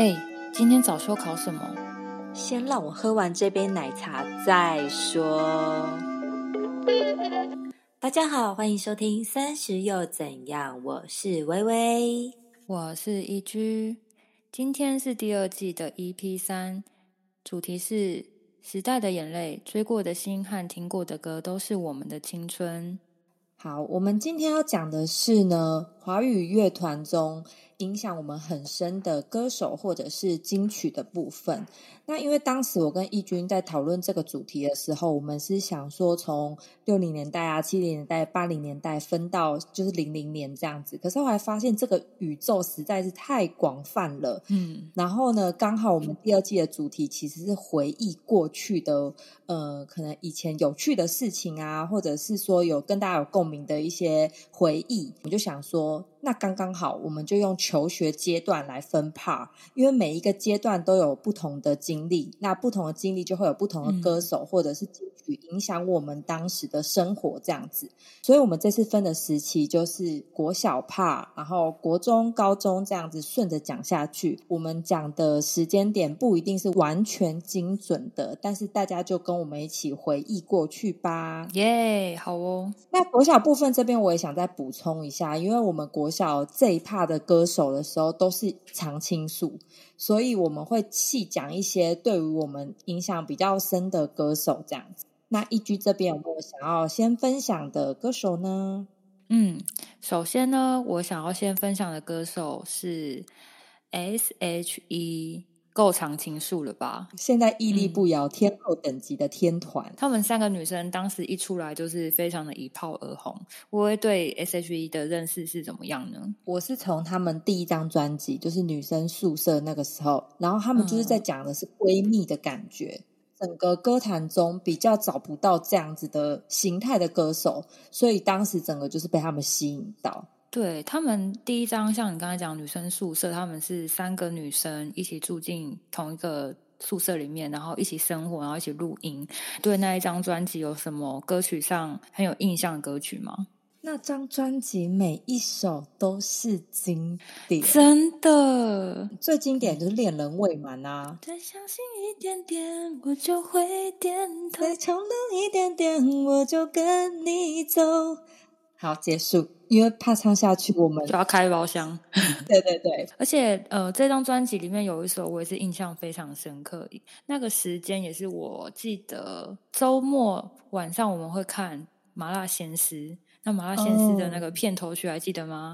今天早修考什么？ 先让我喝完这杯奶茶再说。大家好，欢迎收听30又怎样，我是微微， 我是一居。今天是第2季的 EP3，主题是时代的眼泪，追过的心和听过的歌都是我们的青春。 好，我们今天要讲的是呢，华语乐团中影响我们很深的歌手或者是金曲的部分。那因为当时我跟义军在讨论这个主题的时候，我们是想说从60年代啊、70年代、80年代分到就是00年这样子。可是后来发现这个宇宙实在是太广泛了，然后呢，刚好我们第2季的主题其实是回忆过去的可能以前有趣的事情啊，或者是说有跟大家有共鸣的一些回忆，我们就想说那刚刚好我们就用求学阶段来分 part， 因为每一个阶段都有不同的经历，那不同的经历就会有不同的歌手或者是金曲影响我们当时的生活这样子。所以我们这次分的时期就是国小 part， 然后国中高中这样子顺着讲下去。我们讲的时间点不一定是完全精准的，但是大家就跟我们一起回忆过去吧。 耶，好哦。 那国小部分这边我也想再补充一下，因为我们国小这一 part 的歌手的时候都是常青树，所以我们会细讲一些对于我们影响比较深的歌手这样子。那一居这边有没有想要先分享的歌手呢？ 首先呢，我想要先分享的歌手是 S.H.E， 够常青树了吧？ 现在屹立不摇，天后等级的天团。 她们3个女生当时一出来就是非常的一炮而红。我会对 S.H.E 的认识是怎么样呢？ 我是从他们第1张专辑就是女生宿舍那个时候，然后他们就是在讲的是闺蜜的感觉，整个歌坛中比较找不到这样子的形态的歌手，所以当时整个就是被他们吸引到。 对，他们第1张像你刚才讲女生宿舍，他们是3个女生一起住进同一个宿舍里面，然后一起生活，然后一起录音。对那一张专辑有什么歌曲上很有印象的歌曲吗？ 那张专辑每一首都是经典， 真的。 最经典就是恋人未满啊， 再相信一点点我就会点头， 再冲动一点点我就跟你走。好，结束，因为怕唱下去我们就要开包厢。 对对对， 而且这张专辑里面有一首我也是印象非常深刻，那个时间也是我记得周末晚上我们会看麻辣鲜师，那麻辣鲜师的那个片头曲还记得吗？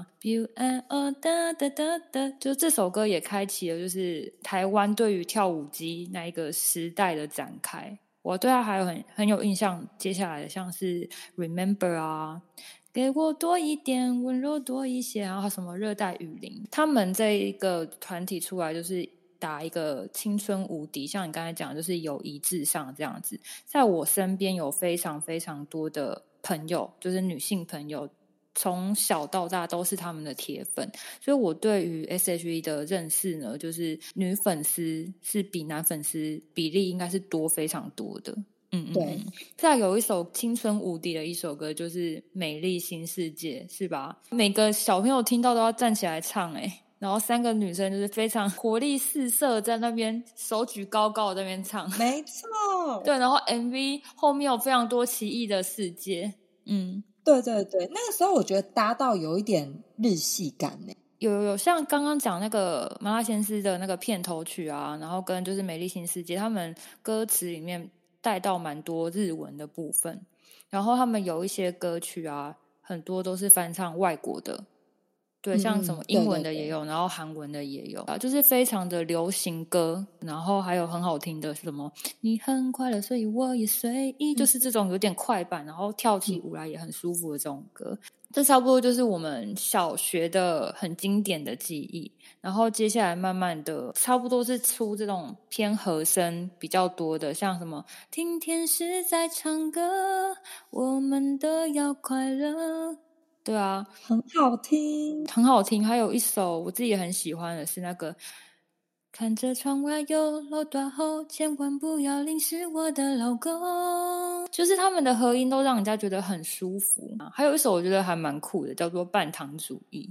da da da da， 就这首歌也开启了就是台湾对于跳舞机那一个时代的展开。我对他还有很有印象，接下来的像是 Remember 啊，给我多一点温柔多一些，然后什么热带雨林，他们这一个团体出来就是打一个青春无敌，像你刚才讲就是友谊至上这样子。在我身边有非常非常多的朋友，就是女性朋友，从小到大都是他们的铁粉，所以我对于 S.H.E 的认识呢，就是女粉丝是比男粉丝比例应该是多非常多的。对。再有一首青春无敌的一首歌就是《美丽新世界》，是吧？每个小朋友听到都要站起来唱然后3个女生就是非常活力四射，在那边手举高高在那边唱。 没错。 对，然后 MV 后面有非常多奇异的世界。 对对对，那个时候我觉得搭到有一点日系感耶。 有像刚刚讲那个麻辣鲜师的那个片头曲啊，然后跟就是美丽新世界，他们歌词里面带到蛮多日文的部分，然后他们有一些歌曲啊，很多都是翻唱外国的。对，像什么英文的也有，然后韩文的也有啊，就是非常的流行歌，然后还有很好听的什么你很快乐所以我也随意，就是这种有点快板，然后跳起舞来也很舒服的这种歌。这差不多就是我们小学的很经典的记忆，然后接下来慢慢的差不多是出这种偏和声比较多的，像什么听天使在唱歌，我们都要快乐。对啊， 很好听， 很好听。还有一首我自己也很喜欢的是那个看着窗外有楼大后，千万不要淋湿我的老公，就是他们的合音都让人家觉得很舒服。还有一首我觉得还蛮酷的，叫做半糖主义。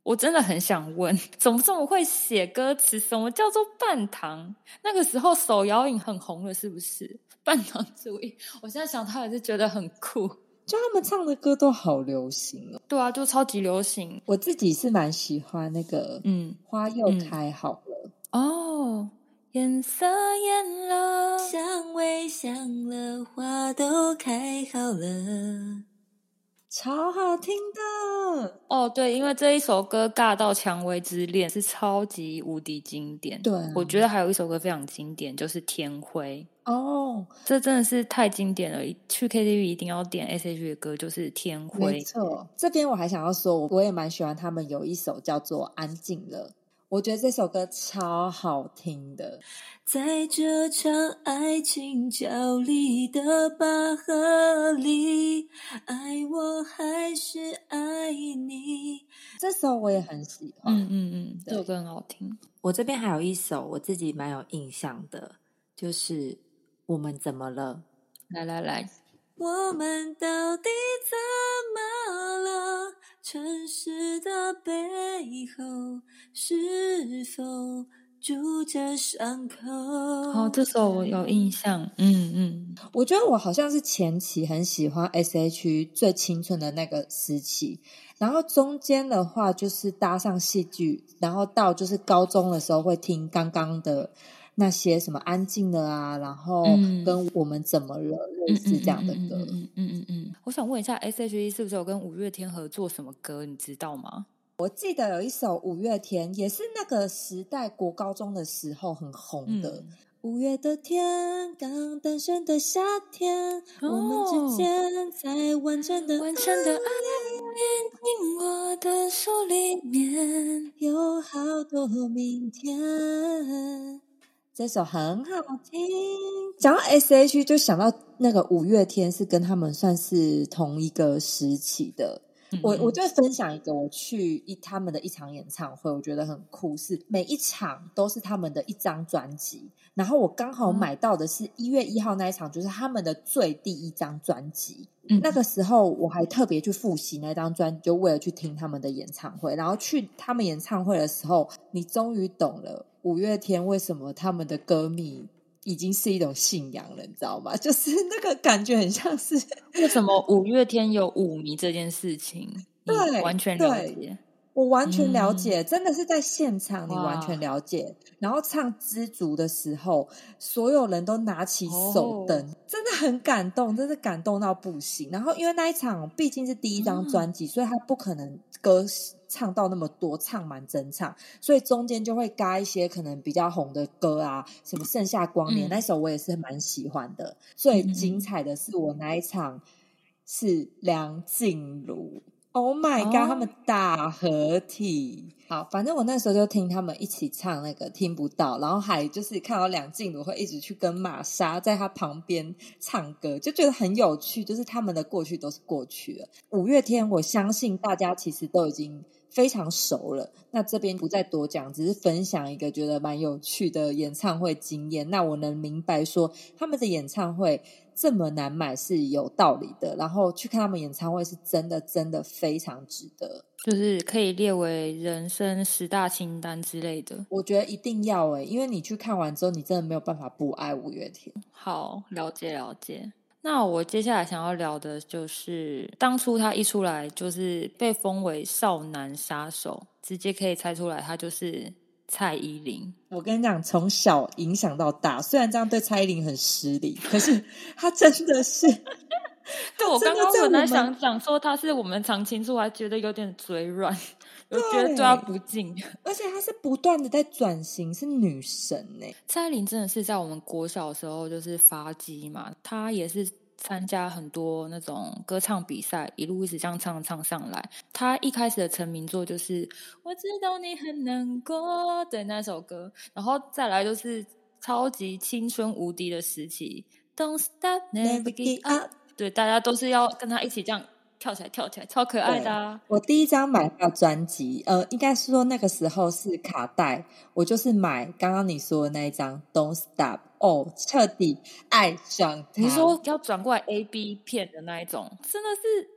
我真的很想问，怎么这么会写歌词？什么叫做半糖？那个时候手摇饮很红了，是不是？半糖注意，我现在想他也是觉得很酷。 就他们唱的歌都好流行哦。 对啊，就超级流行。 我自己是蛮喜欢那个花又开好了。 哦，颜色艳了， 香味香了，花都开好了， 超好听的哦。对，因为这一首歌《尬到蔷薇之恋》是超级无敌经典。 对啊， 我觉得还有一首歌非常经典，就是《天灰》。 哦， 这真的是太经典了，去 KTV 一定要点 S.H.E 的歌，就是《天灰》。 没错，这边我还想要说，我也蛮喜欢他们有一首叫做《安静了》，我觉得这首歌超好听的。 在这场爱情角力的拔河里，爱我还是爱你， 这首我也很喜欢。 这首歌很好听。 我这边还有一首我自己蛮有印象的，就是我们怎么了。 来， 我们到底怎么了？城市的背后是否住着伤口？ 好，这首我有印象。 我觉得我好像是前期很喜欢 S.H.E 最青春的那个时期，然后中间的话就是搭上戏剧，然后到就是高中的时候会听刚刚的那些什么安静的啊，然后跟我们怎么了类似这样的歌。 我想问一下 S.H.E 是不是有跟五月天合作什么歌，你知道吗？ 我记得有一首五月天也是那个时代国高中的时候很红的。五月的天，刚诞生的夏天，我们之间在完整的爱变进我的手里面， 有好多明天。这首很好听。讲到 S.H.E 就想到那个五月天是跟他们算是同一个时期的。我就分享一个我去他们的一场演唱会，我觉得很酷，是每一场都是他们的一张专辑，然后我刚好买到的是1月1号那一场，就是他们的最第一张专辑。那个时候我还特别去复习那张专辑，就为了去听他们的演唱会。然后去他们演唱会的时候，你终于懂了五月天为什么他们的歌迷已经是一种信仰了，你知道吗？就是那个感觉很像是为什么五月天有舞迷这件事情，你完全了解。 我完全了解，真的是在现场你完全了解。然后唱知足的时候，所有人都拿起手灯，真的很感动，真的感动到不行。然后因为那一场毕竟是第一张专辑，所以他不可能歌唱到那么多，唱满整场，所以中间就会加一些可能比较红的歌啊，什么盛夏光年，那首我也是蛮喜欢的。最精彩的是我那一场是梁静茹，Oh my god，他们大合体。好，反正我那时候就听他们一起唱那个听不到，然后还就是看到梁静茹会一直去跟玛莎在他旁边唱歌，就觉得很有趣，就是他们的过去都是过去了。五月天我相信大家其实都已经非常熟了，那这边不再多讲，只是分享一个觉得蛮有趣的演唱会经验。那我能明白说他们的演唱会这么难买是有道理的，然后去看他们演唱会是真的非常值得， 就是可以列为人生10大清单之类的。 我觉得一定要因为你去看完之后你真的没有办法不爱五月天。 好，了解。那我接下来想要聊的就是当初他一出来就是被封为少男杀手，直接可以猜出来他就是蔡依林。 我跟你讲，从小影响到大，虽然这样对蔡依林很失礼，可是他真的是对，我刚刚本来想讲说他是我们常青树，还觉得有点嘴软，我觉得对他不敬。 而且他是不断的在转型，是女神蔡依林真的是在我们国小的时候就是发迹嘛，她也是参加很多那种歌唱比赛，一路一直这样唱上来。她一开始的成名作就是我知道你很难过的那首歌，然后再来就是超级青春无敌的时期 Don't stop never give up， 对，大家都是要跟她一起这样跳起来，超可爱的啊。 我第一张买到专辑应该是说那个时候是卡带，我就是买刚刚你说的那一张 Don't Stop， 彻底爱上它。 你说要转过来 A B 片的那一种，真的是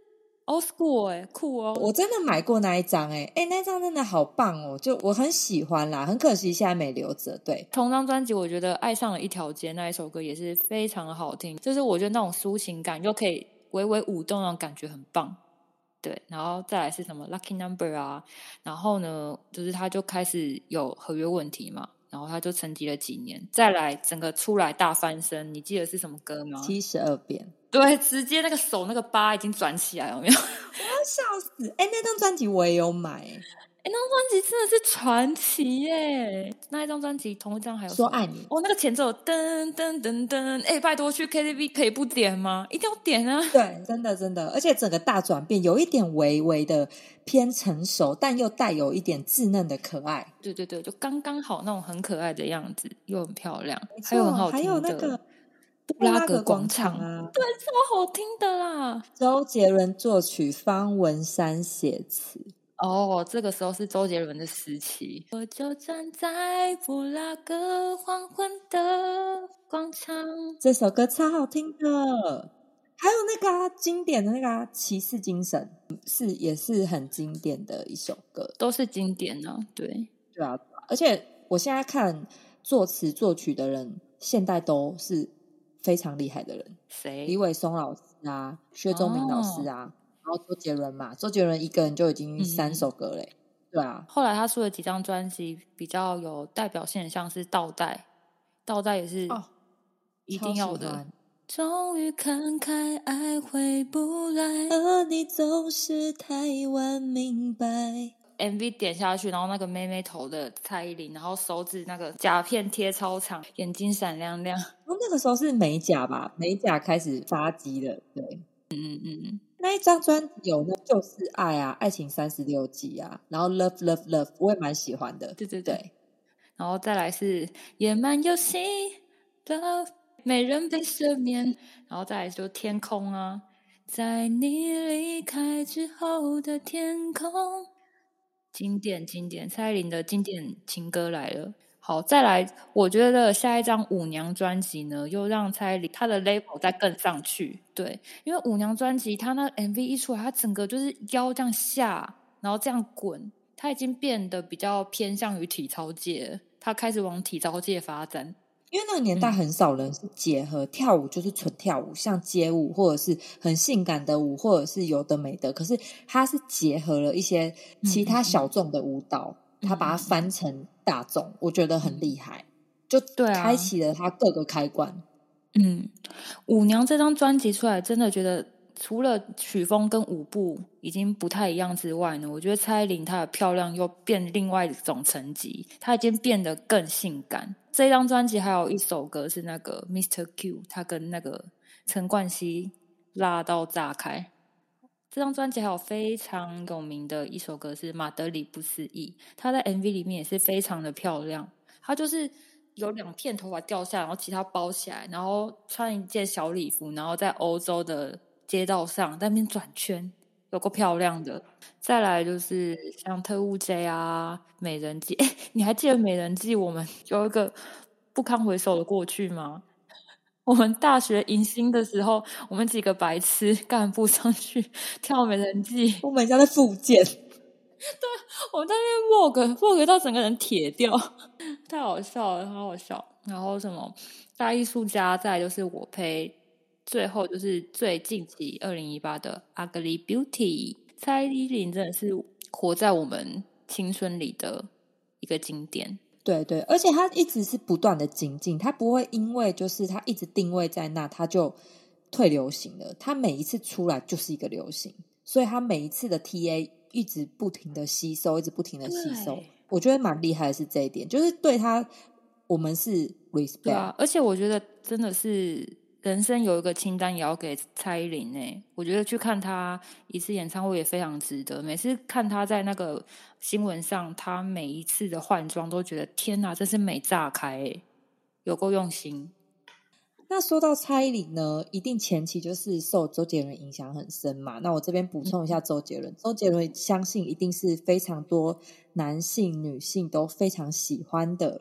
old school 酷哦。 我真的买过那一张那张真的好棒哦，就我很喜欢啦，很可惜现在没留着。对， 同张专辑我觉得爱上了一条街那一首歌也是非常的好听，就是我觉得那种抒情感又可以微微舞动那种感觉很棒。对，然后再来是什么 Lucky Number 啊，然后呢就是他就开始有合约问题嘛，然后他就沉寂了几年，再来整个出来大翻身。你记得是什么歌吗 ？72变。 对，直接那个手那个疤已经转起来，有没有？ 我要笑死！那张专辑我也有买那张专辑真的是传奇耶！那一张专辑同一张还有说爱你哦，那个前奏噔噔噔噔，拜托去 KTV 可以不点吗？一定要点啊！ 对，真的真的，而且整个大转变有一点微微的偏成熟，但又带有一点稚嫩的可爱。 对对对，就刚刚好那种很可爱的样子，又很漂亮，还有很好听的， 还有那个布拉格广场啊， 对，超好听的啦。 周杰伦作曲，方文山写词。 哦，这个时候是周杰伦的时期。我就站在布拉格黄昏的广场， 这首歌超好听的。还有那个经典的那个骑士精神也是很经典的一首歌， 都是经典啊。对啊，而且我现在看作词作曲的人，现代都是非常厉害的人。 谁？ 李伟松老师啊，薛宗明老师啊，然后周杰伦嘛，周杰伦一个人就已经3首歌嘞。对啊， 后来他出了几张专辑比较有代表性的，像是倒带也是一定要的。终于看开，爱回不来， 而你总是太晚明白。 MV 点下去，然后那个妹妹头的蔡依林，然后手指那个甲片贴超长，眼睛闪亮亮。 那个时候是美甲吧，美甲开始发迹了。对，那一张专辑有那就是爱啊，爱情36集啊，然后 Love Love Love 我也蛮喜欢的。 对对对，然后再来是野蛮游戏 Love 没人被赦免，然后再来就天空啊，在你离开之后的天空，经典蔡依林的经典情歌来了。好，再来我觉得下一张舞娘专辑呢，又让蔡依林她的 level 再更上去。对，因为舞娘专辑她那 MV 一出来，她整个就是腰这样下，然后这样滚，她已经变得比较偏向于体操界了，她开始往体操界发展。 因为那个年代很少人是结合跳舞，就是纯跳舞，像街舞或者是很性感的舞，或者是有的没的。可是它是结合了一些其他小众的舞蹈，它把它翻成大众，我觉得很厉害，就开启了它各个开关。 舞娘这张专辑出来，真的觉得除了曲风跟舞步已经不太一样之外呢，我觉得蔡依林她的漂亮又变另外一种层级，她已经变得更性感。这张专辑还有一首歌是那个 Mr. Q， 他跟那个陈冠希辣到炸开。这张专辑还有非常有名的一首歌是马德里不思议，她在 MV 里面也是非常的漂亮，她就是有2片头发掉下来，然后其他包起来，然后穿一件小礼服，然后在欧洲的街道上在那边转圈，有够漂亮的。再来就是像特务 J 啊，美人计。你还记得美人计我们有一个不堪回首的过去吗？我们大学迎新的时候，我们几个白痴干部上去跳美人计， 我们家在复健。 对，我在那边 walk 到整个人铁掉，太好笑了，好好笑。然后什么大艺术家，再来就是我陪，最后就是最近期2018的 Ugly Beauty。蔡依林真的是活在我们青春里的一个经典。 对对，而且他一直是不断的精进，他不会因为就是他一直定位在那，他就退流行了。他每一次出来就是一个流行，所以他每一次的 TA 一直不停的吸收，一直不停的吸收。我觉得蛮厉害的是这一点，就是对他我们是 respect。 对啊，而且我觉得真的是人生有一个清单也要给蔡依林欸，我觉得去看她一次演唱会也非常值得。每次看她在那个新闻上，她每一次的换装都觉得天哪，真是美炸开欸，有够用心。 那说到蔡依林呢，一定前期就是受周杰伦影响很深嘛。那我这边补充一下周杰伦，周杰伦相信一定是非常多男性女性都非常喜欢的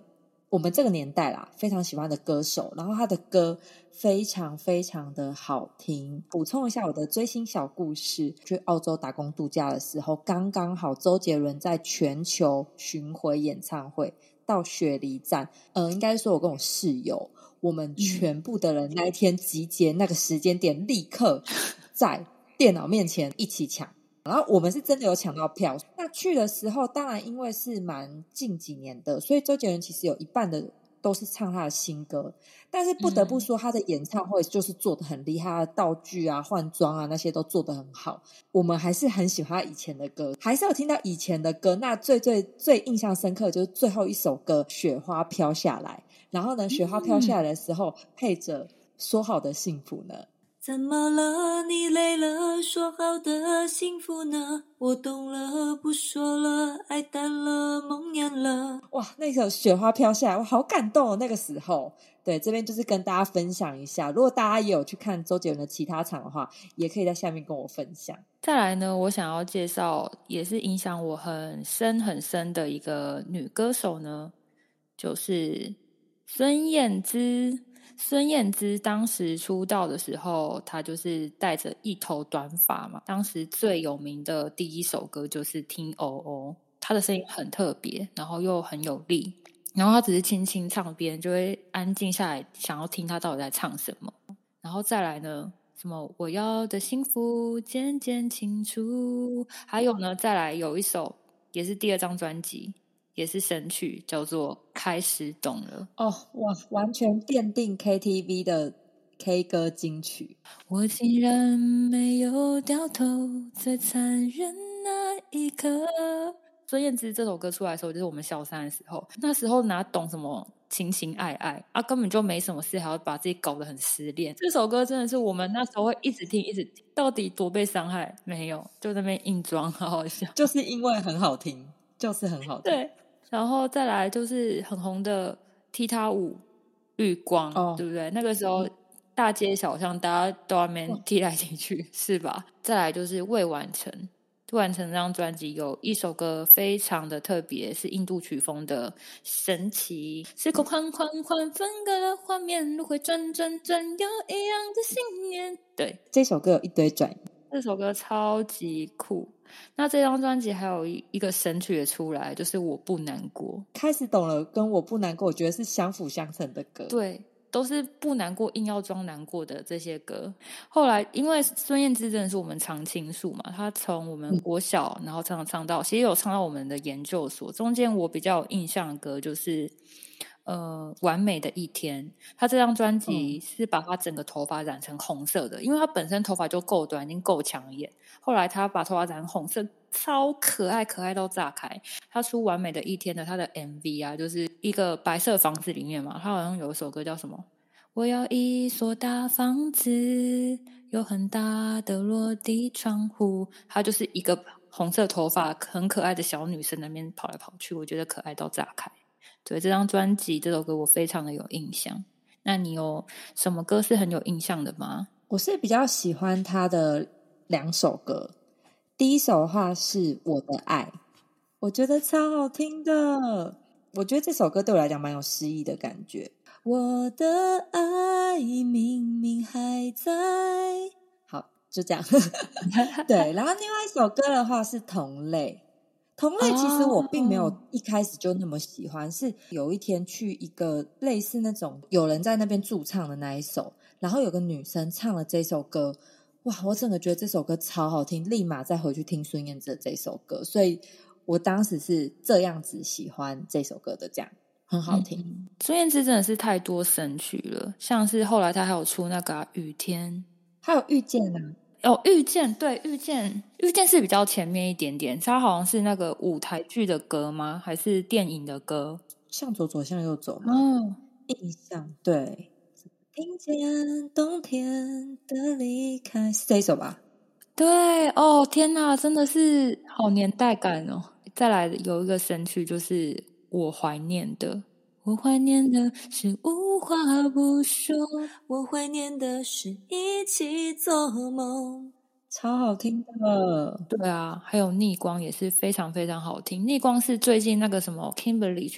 我们这个年代啦非常喜欢的歌手，然后他的歌非常非常的好听。补充一下我的追星小故事，去澳洲打工度假的时候，刚刚好周杰伦在全球巡回演唱会到雪梨站，应该说我跟我室友，我们全部的人那一天集结那个时间点，立刻在电脑面前一起抢。然后我们是真的有抢到票。那去的时候当然因为是蛮近几年的，所以周杰伦其实有一半的都是唱他的新歌，但是不得不说他的演唱会就是做得很厉害，他的道具啊换装啊那些都做得很好。我们还是很喜欢他以前的歌，还是有听到以前的歌。那最印象深刻就是最后一首歌雪花飘下来，然后呢雪花飘下来的时候配着说好的幸福呢， 怎么了？你累了？说好的幸福呢？我懂了，不说了，爱淡了，梦蔫了。 哇，那首雪花飘下来，我好感动哦！那个时候，对，这边就是跟大家分享一下。如果大家也有去看周杰伦的其他场的话，也可以在下面跟我分享。 再来呢，我想要介绍也是影响我很深很深的一个女歌手呢，就是孙燕姿。孙燕姿当时出道的时候，她就是带着一头短发嘛。当时最有名的第一首歌就是《听哦哦》，她的声音很特别，然后又很有力。然后她只是轻轻唱，别人就会安静下来，想要听她到底在唱什么。然后再来呢，什么我要的幸福渐渐清楚。还有呢，再来有一首也是第二张专辑，也是神曲，叫做《开始懂了》。 哦，哇，完全奠定 KTV 的 K 歌金曲。 我竟然没有掉头，在残忍那一刻。孙燕姿这首歌出来的时候，就是我们小三的时候，那时候哪懂什么情情爱爱啊，根本就没什么事，还要把自己搞得很失恋。这首歌真的是我们那时候会一直听一直听，到底多被伤害？没有，就在那边硬装，好好笑。 就是因为很好听，就是很好听。 对，然后再来就是很红的踢踏舞绿光，对不对？那个时候大街小巷大家都在那边踢来踢去，是吧？再来就是未完成。未完成这张专辑有一首歌非常的特别，是印度曲风的神奇。时空缓缓缓分割了画面，轮回转转转，有一样的信念。对， 这首歌有一堆转移， 这首歌超级酷。那这张专辑还有一个神曲也出来，就是我不难过。 开始懂了跟我不难过我觉得是相辅相成的歌。 对，都是不难过硬要装难过的这些歌。后来因为孙燕姿真的是我们常青树嘛，她从我们国小然后唱到其实有唱到我们的研究所。中间我比较有印象的歌就是完美的一天。她这张专辑是把她整个头发染成红色的，因为她本身头发就够短已经够抢眼，后来她把头发染成红色，超可爱，可爱到炸开。她出完美的一天的她的 MV 啊，就是一个白色房子里面嘛，她好像有一首歌叫什么我要一所大房子，有很大的落地窗户。她就是一个红色头发很可爱的小女生那边跑来跑去，我觉得可爱到炸开。对，这张专辑这首歌我非常的有印象。那你有什么歌是很有印象的吗？ 我是比较喜欢他的2首歌。第一首的话是我的爱，我觉得超好听的。我觉得这首歌对我来讲蛮有诗意的感觉。我的爱明明还在，好，就这样。对，然后另外一首歌的话是同类。同类其实我并没有一开始就那么喜欢，是有一天去一个类似那种有人在那边驻唱的那一首，然后有个女生唱了这首歌，哇，我整个觉得这首歌超好听，立马再回去听孙燕姿的这首歌，所以我当时是这样子喜欢这首歌的，这样很好听。 孙燕姿真的是太多神曲了，像是后来她还有出那个雨天， 还有遇见啊。 遇见，对，遇见是比较前面一点点，它好像是那个舞台剧的歌吗？还是电影的歌？ 向左走，向右走吗？印象对。听见冬天的离开是这一首吧？ 对哦，天哪，真的是好年代感哦。再来有一个神曲就是我怀念的，我怀念的是无话不说， 我怀念的是一起做梦， 超好听的。 对啊，还有逆光也是非常非常好听。逆光是最近那个什么 Kimberly 去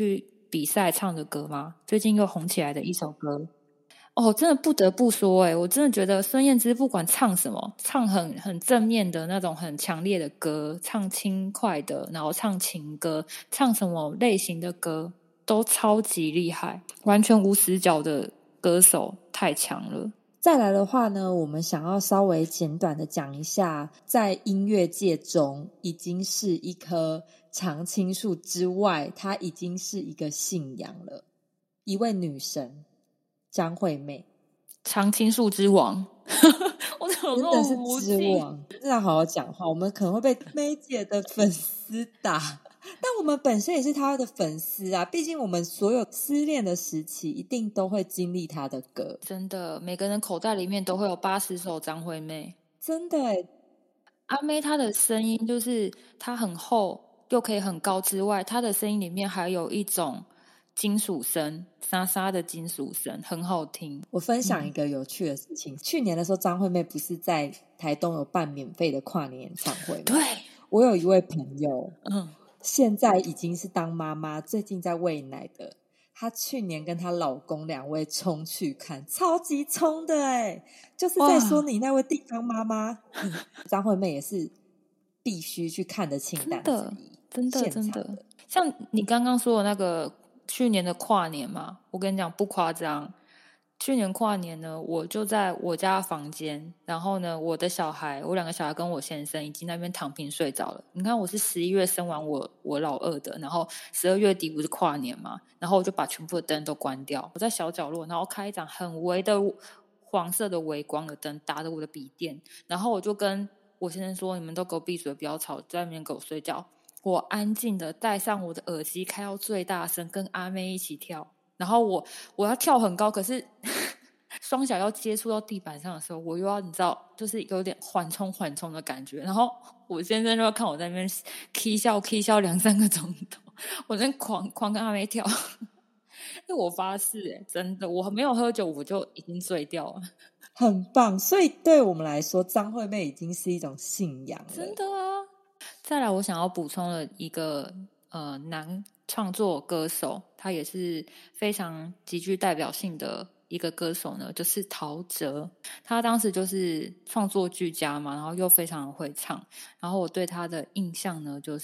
比赛唱的歌吗？最近又红起来的一首歌。哦，真的不得不说我真的觉得孙燕姿不管唱什么，唱很正面的那种很强烈的歌，唱轻快的，然后唱情歌，唱什么类型的歌都超级厉害，完全无死角的歌手，太强了。 再来的话呢，我们想要稍微简短的讲一下，在音乐界中已经是一棵常青树之外，它已经是一个信仰了，一位女神张惠妹， 常青树之王我怎么真的是无之王，真的要好好讲话，我们可能会被妹姐的粉丝打但我们本身也是她的粉丝啊，毕竟我们所有失恋的时期一定都会经历她的歌， 真的每个人口袋里面都会有80首张惠妹， 真的耶。 阿妹她的声音就是她很厚又可以很高之外，她的声音里面还有一种金属声，沙沙的金属声，很好听。 我分享一个有趣的事情，去年的时候张惠妹不是在台东有办免费的跨年演唱会吗？ 对， 我有一位朋友嗯， 现在已经是当妈妈，最近在喂奶的，她去年跟她老公2位冲去看，超级冲的就是在说你那位地方妈妈张惠妹也是必须去看的清单之一， 真的像你刚刚说的那个去年的跨年嘛，我跟你讲不夸张，去年跨年呢，我就在我家房间，然后呢，我2个小孩跟我先生已经在那边躺平睡着了。你看我是11月生完我老二的，然后12月底不是跨年嘛，然后我就把全部的灯都关掉，我在小角落，然后开一盏很微的黄色的微光的灯打着我的笔电，然后我就跟我先生说，你们都给我闭嘴，不要吵，在那边给我睡觉。我安静的戴上我的耳机，开到最大声，跟阿妹一起跳。然后我要跳很高，可是双脚要接触到地板上的时候，我又要你知道，就是有点缓冲的感觉。然后我先生就要看我在那边 k 笑2-3个钟头，我在狂跟阿妹跳。因为我发誓真的，我没有喝酒我就已经醉掉了， 很棒。所以对我们来说，张惠妹已经是一种信仰了， 真的啊。再来我想要补充的一个男创作歌手，他也是非常极具代表性的一个歌手呢，就是陶喆。他当时就是创作俱佳嘛，然后又非常会唱，然后我对他的印象呢就是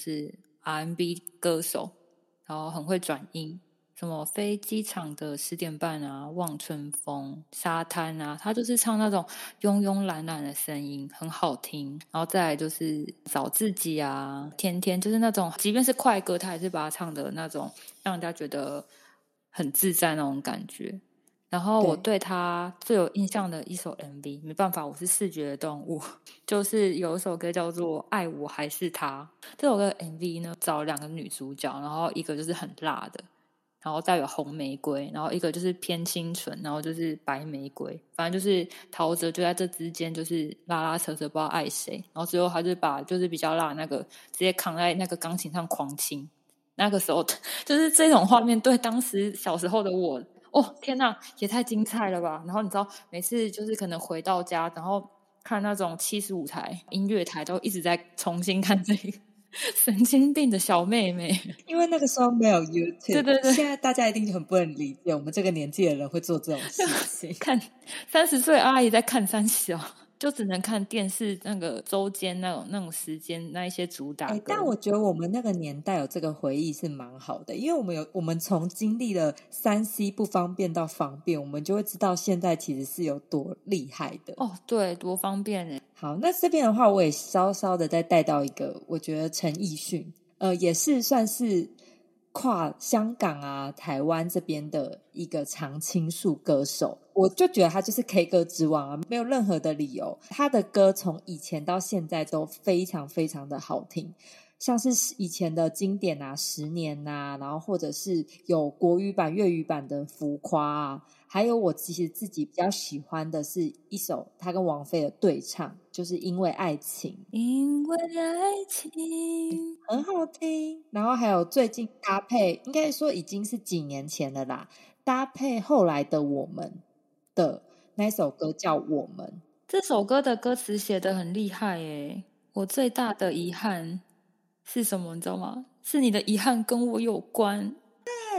R&B 歌手，然后很会转音，什么飞机场的10点半啊，望春风，沙滩啊，他就是唱那种慵慵懒懒的声音，很好听。然后再来就是找自己啊，天天就是那种即便是快歌他也是把它唱的那种让人家觉得很自在那种感觉。然后我对他最有印象的一首 MV， 没办法，我是视觉的动物，就是有一首歌叫做《爱我还是他》。这首歌的 MV 呢，找2个女主角，然后一个就是很辣的，然后带有红玫瑰，然后一个就是偏清纯，然后就是白玫瑰，反正就是陶喆就在这之间就是拉拉扯扯不知道爱谁，然后最后他就把就是比较辣的那个直接扛在那个钢琴上狂亲。那个时候就是这种画面对当时小时候的我，哦天哪，也太精彩了吧。然后你知道每次就是可能回到家，然后看那种75台音乐台都一直在重新看这个神经病的小妹妹， 因为那个时候没有 YouTube， 对， 现在大家一定很不能理解我们这个年纪的人会做这种事情。 看30岁阿姨在看三小，就只能看电视那个周间那种时间那一些主打歌。 但我觉得我们那个年代有这个回忆是蛮好的，因为我们从经历了3C 不方便到方便，我们就会知道现在其实是有多厉害的。 哦，对，多方便耶。 好，那这边的话我也稍稍的再带到一个，我觉得陈奕迅也是算是跨香港啊台湾这边的一个常青树歌手，我就觉得他就是 K 歌之王啊，没有任何的理由，他的歌从以前到现在都非常非常的好听，像是以前的经典啊10年啊，然后或者是有国语版粤语版的浮夸啊，还有我其实自己比较喜欢的是一首他跟王菲的对唱，就是因为爱情， 因为爱情很好听。然后还有最近搭配，应该说已经是几年前了啦，搭配后来的我们的那首歌叫我们。 这首歌的歌词写得很厉害耶。我最大的遗憾是什么你知道吗？是你的遗憾跟我有关。 对，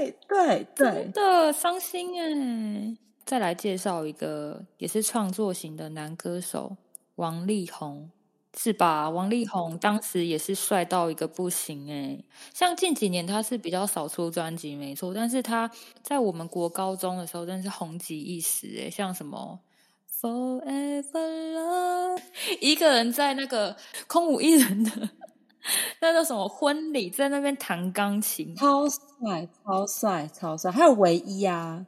对真的伤心哎。再来介绍一个也是创作型的男歌手王力宏，是吧？王力宏当时也是帅到一个不行哎。像近几年他是比较少出专辑没错，但是他在我们国高中的时候真是红极一时哎，像什么 Forever Love， 一个人在那个空无一人的那叫什么婚礼，在那边弹钢琴， 超帅超帅超帅，还有唯一啊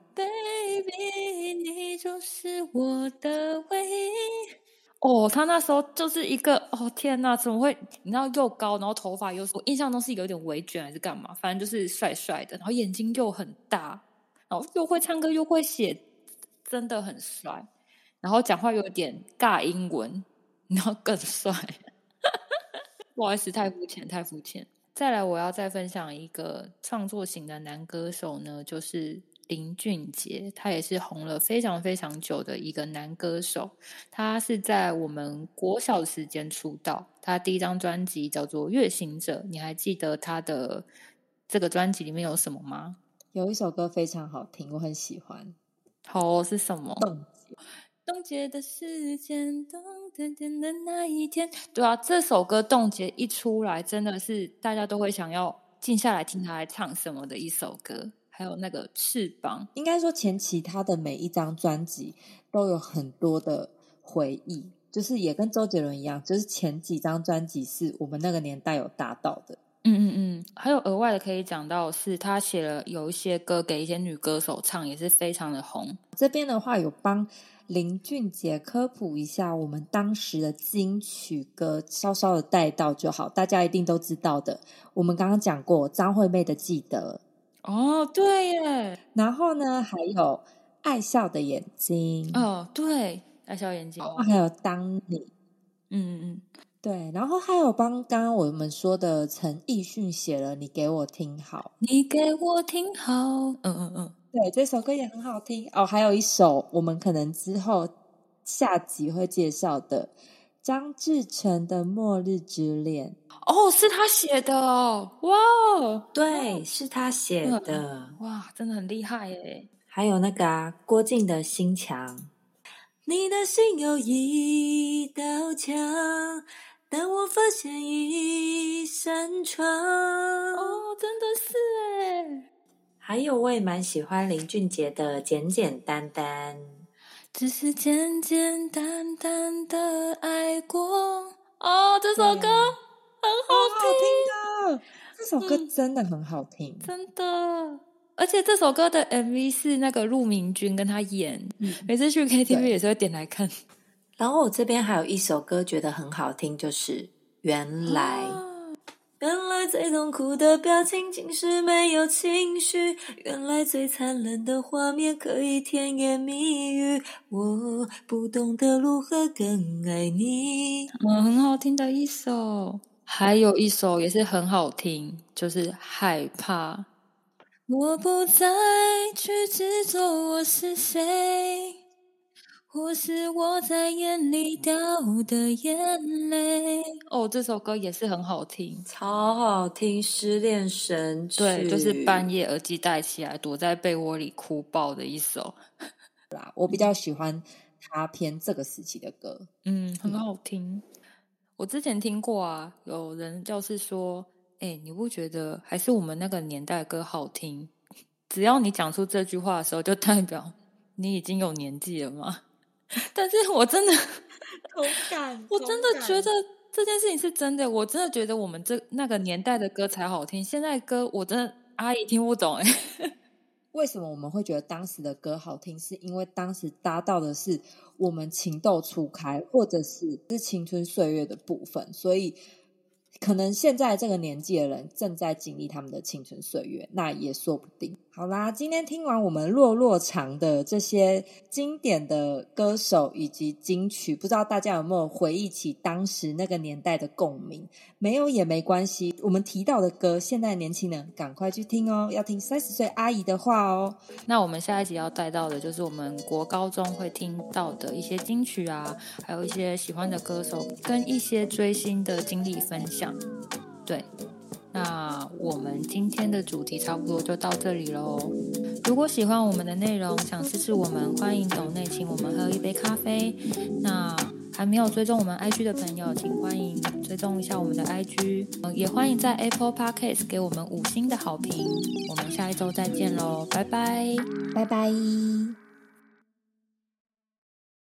Baby， 你就是我的唯一。哦，他那时候就是一个天哪，怎么会？你知道又高，然后头发又，我印象中是有点微卷还是干嘛，反正就是帅帅的，然后眼睛又很大，然后又会唱歌又会写，真的很帅。然后讲话有点尬英文，然后更帅。不好意思，太肤浅，太肤浅。再来，我要再分享一个创作型的男歌手呢，就是林俊杰，他也是红了非常非常久的一个男歌手。他是在我们国小的时间出道，他第一张专辑叫做《月行者》，你还记得他的这个专辑里面有什么吗？ 有一首歌非常好听，我很喜欢。 好，是什么？ 冻结的时间，冻的那一天。对啊，这首歌冻结一出来，真的是大家都会想要静下来听他来唱什么的一首歌。还有那个翅膀， 应该说前期他的每一张专辑都有很多的回忆，就是也跟周杰伦一样，就是前几张专辑是我们那个年代有达到的。 还有额外的可以讲到是他写了有一些歌给一些女歌手唱，也是非常的红。 这边的话有帮林俊杰科普一下我们当时的金曲歌，稍稍的带到就好，大家一定都知道的。我们刚刚讲过张惠妹的《记得》， 哦，对耶。 然后呢还有爱笑的眼睛， 哦，对，爱笑眼睛， 还有当你，对，然后还有帮刚刚我们说的陈奕迅写了你给我听好， 你给我听好， 对，这首歌也很好听哦。还有一首我们可能之后下集会介绍的张智成的《末日之恋》。 哦，是他写的哦，哇哦， 对，是他写的， 哇，真的很厉害耶。 还有那个郭靖的心墙，你的心有一道墙，但我发现一扇窗。 哦，真的是耶。 还有我也蛮喜欢林俊杰的《简简单单》， 只是简简单单的爱过。哦，这首歌很好听的，这首歌真的很好听， 真的。而且这首歌的 MV 是那个陆明君跟他演，每次去 KTV 也是会点来看。 然后我这边还有一首歌觉得很好听，就是《原来》。原来最痛苦的表情竟是没有情绪，原来最残忍的画面可以甜言蜜语，我不懂得如何更爱你。 很好听的一首。还有一首也是很好听，就是害怕。我不再去执着我是谁，或是我在眼里掉的眼泪。哦，这首歌也是很好听， 超好听，失恋神曲。 对，就是半夜耳机戴起来，躲在被窝里哭爆的一首。 我比较喜欢他偏这个时期的歌， 很好听。我之前听过啊，有人就是说，你不觉得还是我们那个年代的歌好听？只要你讲出这句话的时候，就代表你已经有年纪了嘛。但是我真的同感， 我真的觉得这件事情是真的。我真的觉得我们那个年代的歌才好听，现在歌我真的阿姨听不懂为什么我们会觉得当时的歌好听？是因为当时搭到的是我们情窦初开，或者是青春岁月的部分，所以可能现在这个年纪的人正在经历他们的青春岁月，那也说不定。好啦，今天听完我们落长的这些经典的歌手以及金曲，不知道大家有没有回忆起当时那个年代的共鸣？没有也没关系，我们提到的歌，现在的年轻人赶快去听哦，要听30岁阿姨的话哦。 那我们下一集要带到的就是我们国高中会听到的一些金曲啊，还有一些喜欢的歌手跟一些追星的经历分享。对，那我们今天的主题差不多就到这里咯。如果喜欢我们的内容，想支持我们，欢迎斗内请我们喝一杯咖啡。那还没有追踪我们 IG 的朋友，请欢迎追踪一下我们的 IG，也欢迎在 Apple Podcast 给我们5星的好评。我们下一周再见咯，拜拜， 拜拜。